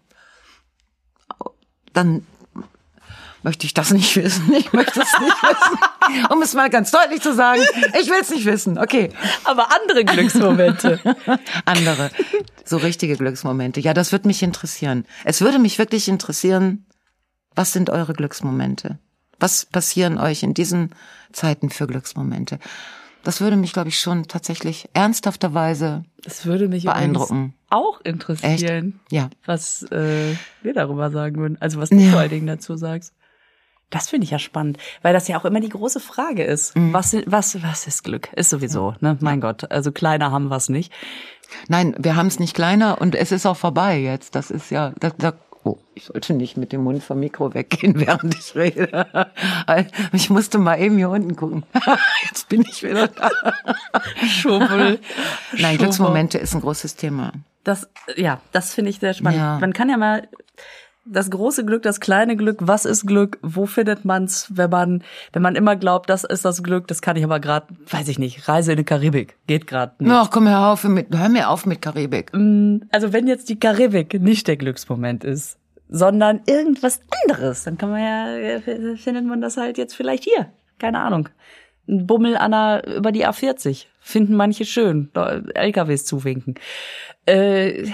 dann möchte ich das nicht wissen. Ich möchte es nicht wissen. Um es mal ganz deutlich zu sagen, ich will es nicht wissen. Okay. Aber andere Glücksmomente. Andere. So richtige Glücksmomente. Ja, das würde mich interessieren. Es würde mich wirklich interessieren, was sind eure Glücksmomente? Was passieren euch in diesen Zeiten für Glücksmomente? Das würde mich, glaube ich, schon tatsächlich ernsthafterweise das würde mich beeindrucken. Auch interessieren. Echt? Ja. Was äh, wir darüber sagen würden. Also was du ja. vor allen Dingen dazu sagst. Das finde ich ja spannend, weil das ja auch immer die große Frage ist. Mhm. Was, was, was ist Glück? Ist sowieso, ne? Mein ja. Gott, also kleiner haben wir es nicht. Nein, wir haben es nicht kleiner und es ist auch vorbei jetzt. Das ist ja, das, das, oh, ich sollte nicht mit dem Mund vom Mikro weggehen, während ich rede. Ich musste mal eben hier unten gucken. Jetzt bin ich wieder da. Schubel. Nein, Schubel. Glücksmomente ist ein großes Thema. Das, ja, das finde ich sehr spannend. Ja. Man kann ja mal das große Glück, das kleine Glück, was ist Glück, wo findet man's, wenn man wenn man immer glaubt, das ist das Glück, das kann ich aber gerade, weiß ich nicht, Reise in die Karibik, geht gerade nicht. Ach, komm, hör auf mit, hör mir auf mit Karibik. Also wenn jetzt die Karibik nicht der Glücksmoment ist, sondern irgendwas anderes, dann kann man ja, findet man das halt jetzt vielleicht hier, keine Ahnung. Ein Bummel an der, über die A vierzig, finden manche schön, L K Ws zuwinken. Äh...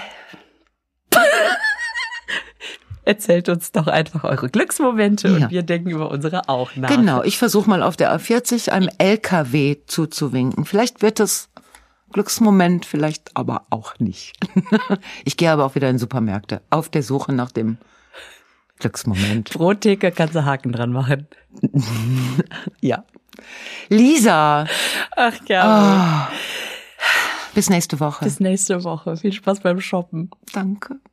Erzählt uns doch einfach eure Glücksmomente ja. und wir denken über unsere auch nach. Genau, ich versuche mal auf der A vierzig einem L K W zuzuwinken. Vielleicht wird es Glücksmoment, vielleicht aber auch nicht. Ich gehe aber auch wieder in Supermärkte auf der Suche nach dem Glücksmoment. Pro Theke kannst du Haken dran machen. Ja. Lisa. Ach ja. Oh. Bis nächste Woche. Bis nächste Woche. Viel Spaß beim Shoppen. Danke.